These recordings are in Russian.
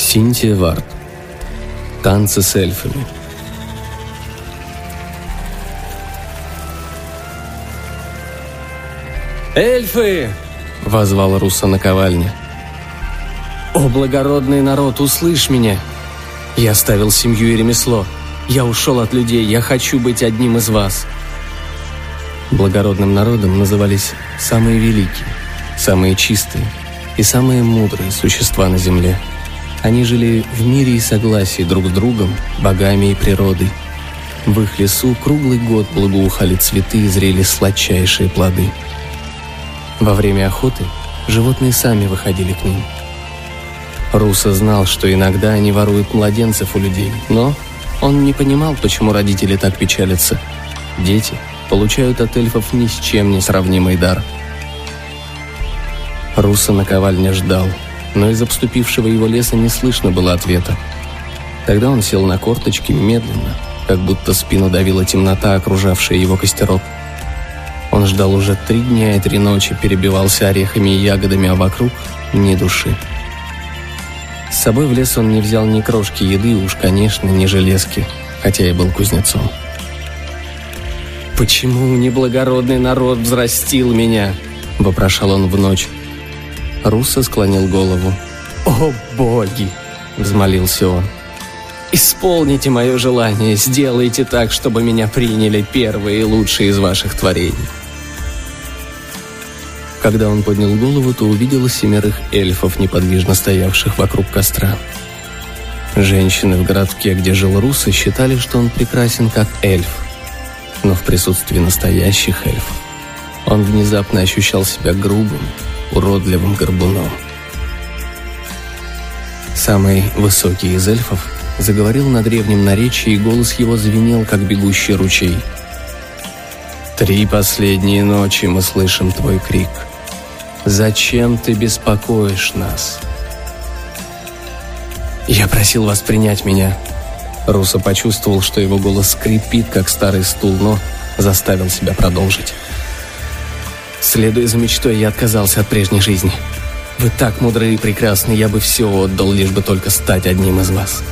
Синтия Вард. Танцы с эльфами. «Эльфы!» — возвал Руссо наковальня. «О, благородный народ, услышь меня! Я оставил семью и ремесло. Я ушел от людей, я хочу быть одним из вас». Благородным народом назывались самые великие, самые чистые и самые мудрые существа на земле. Они жили в мире и согласии друг с другом, богами и природой. В их лесу круглый год благоухали цветы и зрели сладчайшие плоды. Во время охоты животные сами выходили к ним. Руссо знал, что иногда они воруют младенцев у людей, но он не понимал, почему родители так печалятся. Дети получают от эльфов ни с чем не сравнимый дар. Руссо наковальня ждал, но из обступившего его леса не слышно было ответа. Тогда он сел на корточки медленно, как будто спину давила темнота, окружавшая его костерок. Он ждал уже 3 дня и 3 ночи, перебивался орехами и ягодами, а вокруг ни души. С собой в лес он не взял ни крошки еды, уж, конечно, ни железки, хотя и был кузнецом. «Почему неблагородный народ взрастил меня?» — вопрошал он в ночь. Руссо склонил голову. «О, боги!» — взмолился он. «Исполните мое желание, сделайте так, чтобы меня приняли первые и лучшие из ваших творений». Когда он поднял голову, то увидел 7 эльфов, неподвижно стоявших вокруг костра. Женщины в городке, где жил Руссо, считали, что он прекрасен как эльф. Но в присутствии настоящих эльфов он внезапно ощущал себя грубым, уродливым горбуном. Самый высокий из эльфов заговорил на древнем наречии, и голос его звенел, как бегущий ручей. 3 последние ночи мы слышим твой крик. Зачем ты беспокоишь нас? Я просил вас принять меня. Руссо почувствовал, что его голос скрипит, как старый стул, но заставил себя продолжить. Следуя за мечтой, я отказался от прежней жизни. Вы так мудры и прекрасны, я бы все отдал, лишь бы только стать одним из вас.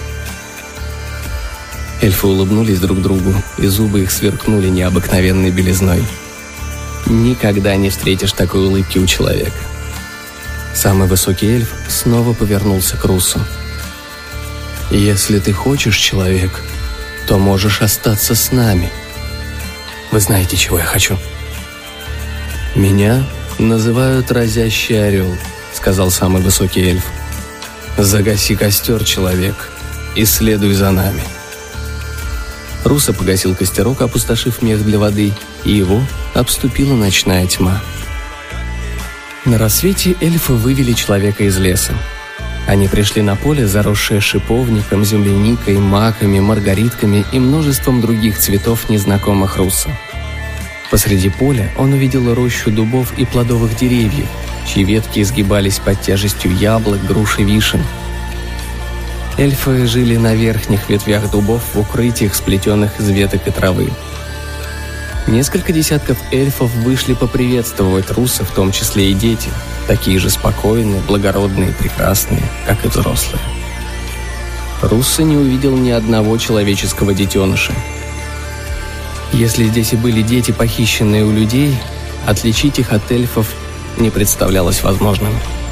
Эльфы улыбнулись друг другу, и зубы их сверкнули необыкновенной белизной. Никогда не встретишь такой улыбки у человека. Самый высокий эльф снова повернулся к Руссо. «Если ты хочешь, человек, то можешь остаться с нами. Вы знаете, чего я хочу?» «Меня называют Разящий Орел», — сказал самый высокий эльф. «Загаси костер, человек, и следуй за нами». Руссо погасил костерок, опустошив мех для воды, и его обступила ночная тьма. На рассвете эльфы вывели человека из леса. Они пришли на поле, заросшее шиповником, земляникой, маками, маргаритками и множеством других цветов, незнакомых Руссо. Посреди поля он увидел рощу дубов и плодовых деревьев, чьи ветки изгибались под тяжестью яблок, груш и вишен. Эльфы жили на верхних ветвях дубов в укрытиях, сплетенных из веток и травы. Несколько десятков эльфов вышли поприветствовать Руссо, в том числе и дети, такие же спокойные, благородные и прекрасные, как и взрослые. Руссо не увидел ни одного человеческого детеныша. Если здесь и были дети, похищенные у людей, отличить их от эльфов не представлялось возможным.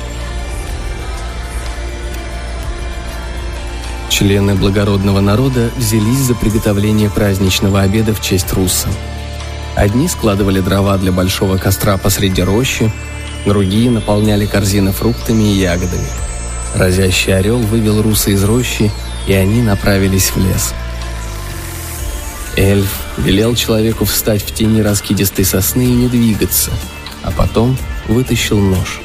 Члены благородного народа взялись за приготовление праздничного обеда в честь Руссо. Одни складывали дрова для большого костра посреди рощи, другие наполняли корзины фруктами и ягодами. Разящий орел вывел Руссо из рощи, и они направились в лес. Эльф велел человеку встать в тени раскидистой сосны и не двигаться, а потом вытащил нож.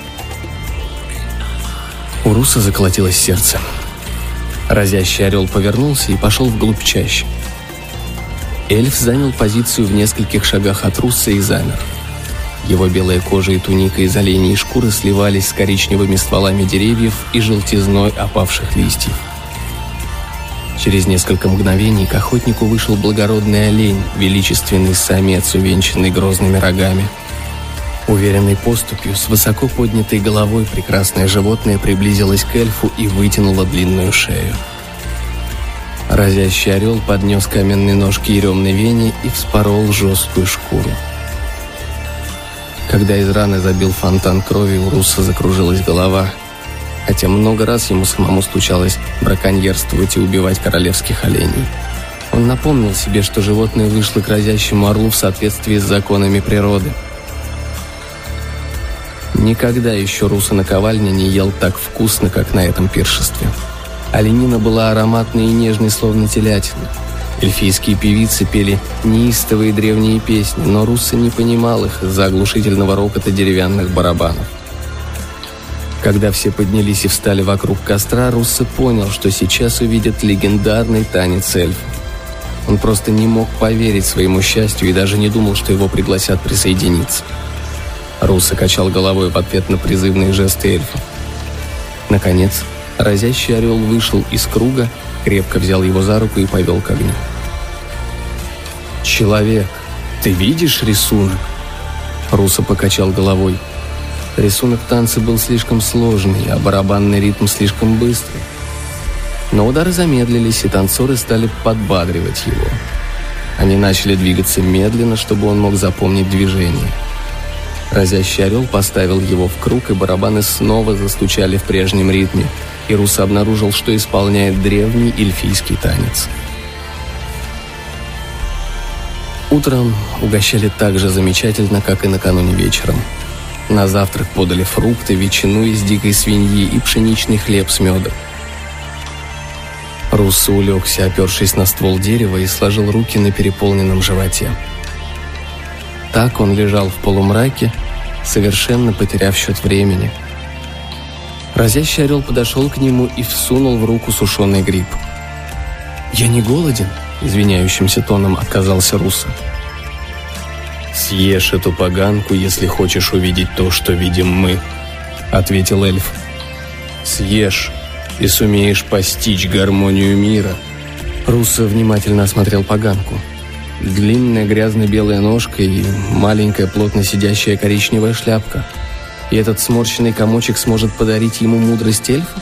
У Руссо заколотилось сердце. Разящий орел повернулся и пошел вглубь чащи. Эльф занял позицию в нескольких шагах от Руссо и замер. Его белая кожа и туника из оленей шкуры сливались с коричневыми стволами деревьев и желтизной опавших листьев. Через несколько мгновений к охотнику вышел благородный олень, величественный самец, увенчанный грозными рогами. Уверенной поступью, с высоко поднятой головой прекрасное животное приблизилось к эльфу и вытянуло длинную шею. Разящий орел поднес каменный нож к еремной вене и вспорол жесткую шкуру. Когда из раны забил фонтан крови, у Русса закружилась голова, хотя много раз ему самому случалось браконьерствовать и убивать королевских оленей. Он напомнил себе, что животное вышло к разящему орлу в соответствии с законами природы. Никогда еще Русса наковальня не ел так вкусно, как на этом пиршестве. Оленина была ароматной и нежной, словно телятина. Эльфийские певицы пели неистовые древние песни, но Русса не понимал их из-за оглушительного рокота деревянных барабанов. Когда все поднялись и встали вокруг костра, Русса понял, что сейчас увидят легендарный танец эльфов. Он просто не мог поверить своему счастью и даже не думал, что его пригласят присоединиться. Русса качал головой в ответ на призывные жесты эльфа. Наконец, разящий орел вышел из круга, крепко взял его за руку и повел к огню. «Человек, ты видишь рисунок?» Русса покачал головой. Рисунок танца был слишком сложный, а барабанный ритм слишком быстрый. Но удары замедлились, и танцоры стали подбадривать его. Они начали двигаться медленно, чтобы он мог запомнить движение. Разящий орел поставил его в круг, и барабаны снова застучали в прежнем ритме, и Русса обнаружил, что исполняет древний эльфийский танец. Утром угощали так же замечательно, как и накануне вечером. На завтрак подали фрукты, ветчину из дикой свиньи и пшеничный хлеб с медом. Русса улегся, опершись на ствол дерева, и сложил руки на переполненном животе. Так он лежал в полумраке, совершенно потеряв счет времени. Разящий орел подошел к нему и всунул в руку сушеный гриб. «Я не голоден», — извиняющимся тоном отказался Русса. «Съешь эту поганку, если хочешь увидеть то, что видим мы», — ответил эльф. «Съешь и сумеешь постичь гармонию мира». Русса внимательно осмотрел поганку. Длинная грязно-белая ножка и маленькая плотно сидящая коричневая шляпка. И этот сморщенный комочек сможет подарить ему мудрость эльфа?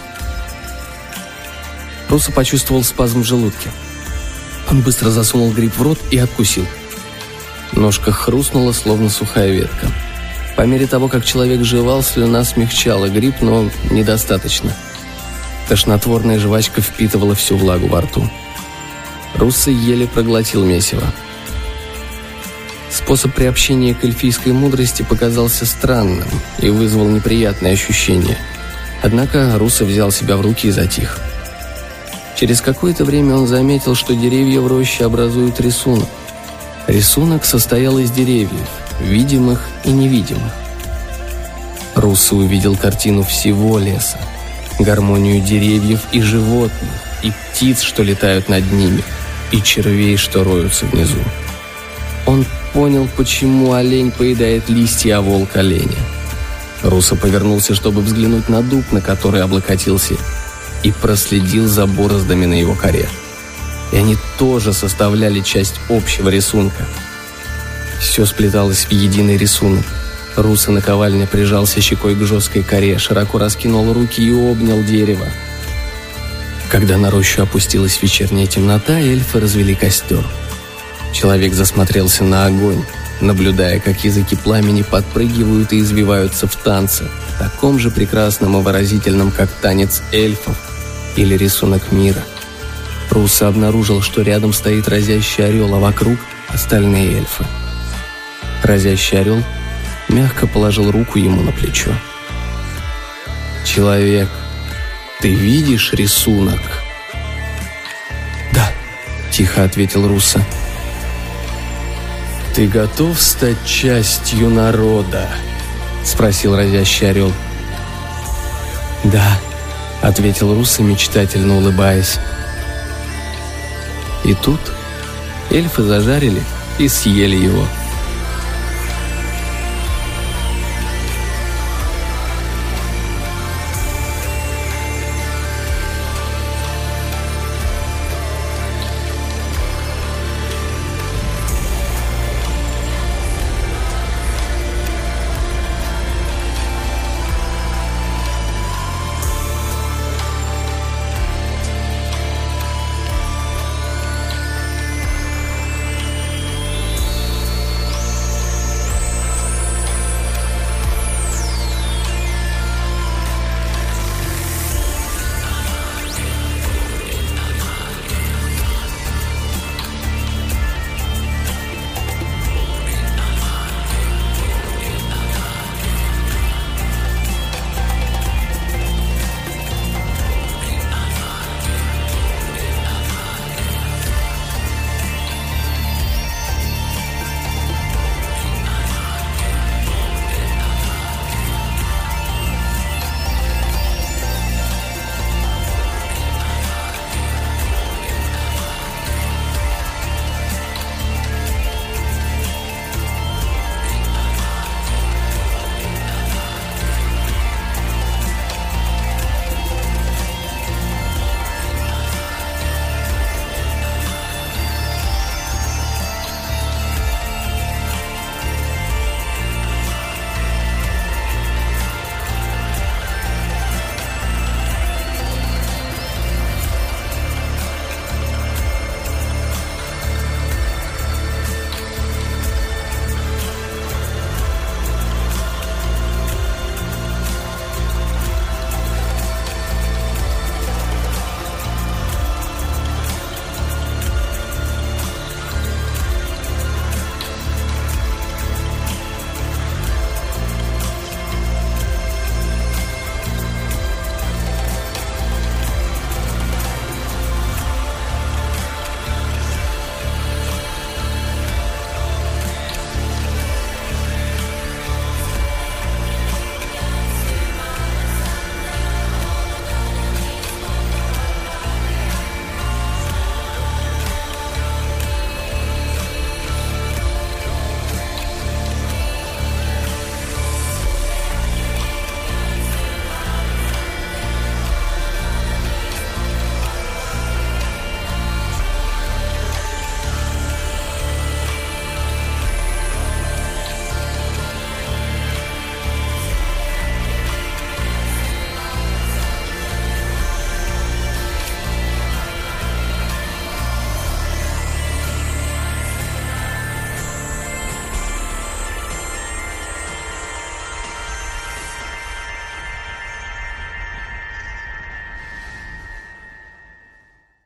Русса почувствовал спазм в желудке. Он быстро засунул гриб в рот и откусил. Ножка хрустнула, словно сухая ветка. По мере того, как человек жевал, слюна смягчала гриб, но недостаточно. Тошнотворная жвачка впитывала всю влагу во рту. Русса еле проглотил месиво. Способ приобщения к эльфийской мудрости показался странным и вызвал неприятные ощущения. Однако Русса взял себя в руки и затих. Через какое-то время он заметил, что деревья в роще образуют рисунок. Рисунок состоял из деревьев, видимых и невидимых. Русса увидел картину всего леса, гармонию деревьев и животных, и птиц, что летают над ними, и червей, что роются внизу. Он понял, почему олень поедает листья, а волк оленя. Русса повернулся, чтобы взглянуть на дуб, на который облокотился, и проследил за бороздами на его коре. И они тоже составляли часть общего рисунка. Все сплеталось в единый рисунок. Русса наковальня прижался щекой к жесткой коре, широко раскинул руки и обнял дерево. Когда на рощу опустилась вечерняя темнота, эльфы развели костер. Человек засмотрелся на огонь, наблюдая, как языки пламени подпрыгивают и извиваются в танце, таком же прекрасном и выразительном, как танец эльфов или рисунок мира. Русса обнаружил, что рядом стоит разящий орел, а вокруг остальные эльфы. Разящий орел мягко положил руку ему на плечо. «Человек, ты видишь рисунок?» «Да», — тихо ответил Русса. «Ты готов стать частью народа?» — спросил разящий орел. «Да», — ответил Русса, мечтательно улыбаясь. И тут эльфы зажарили и съели его.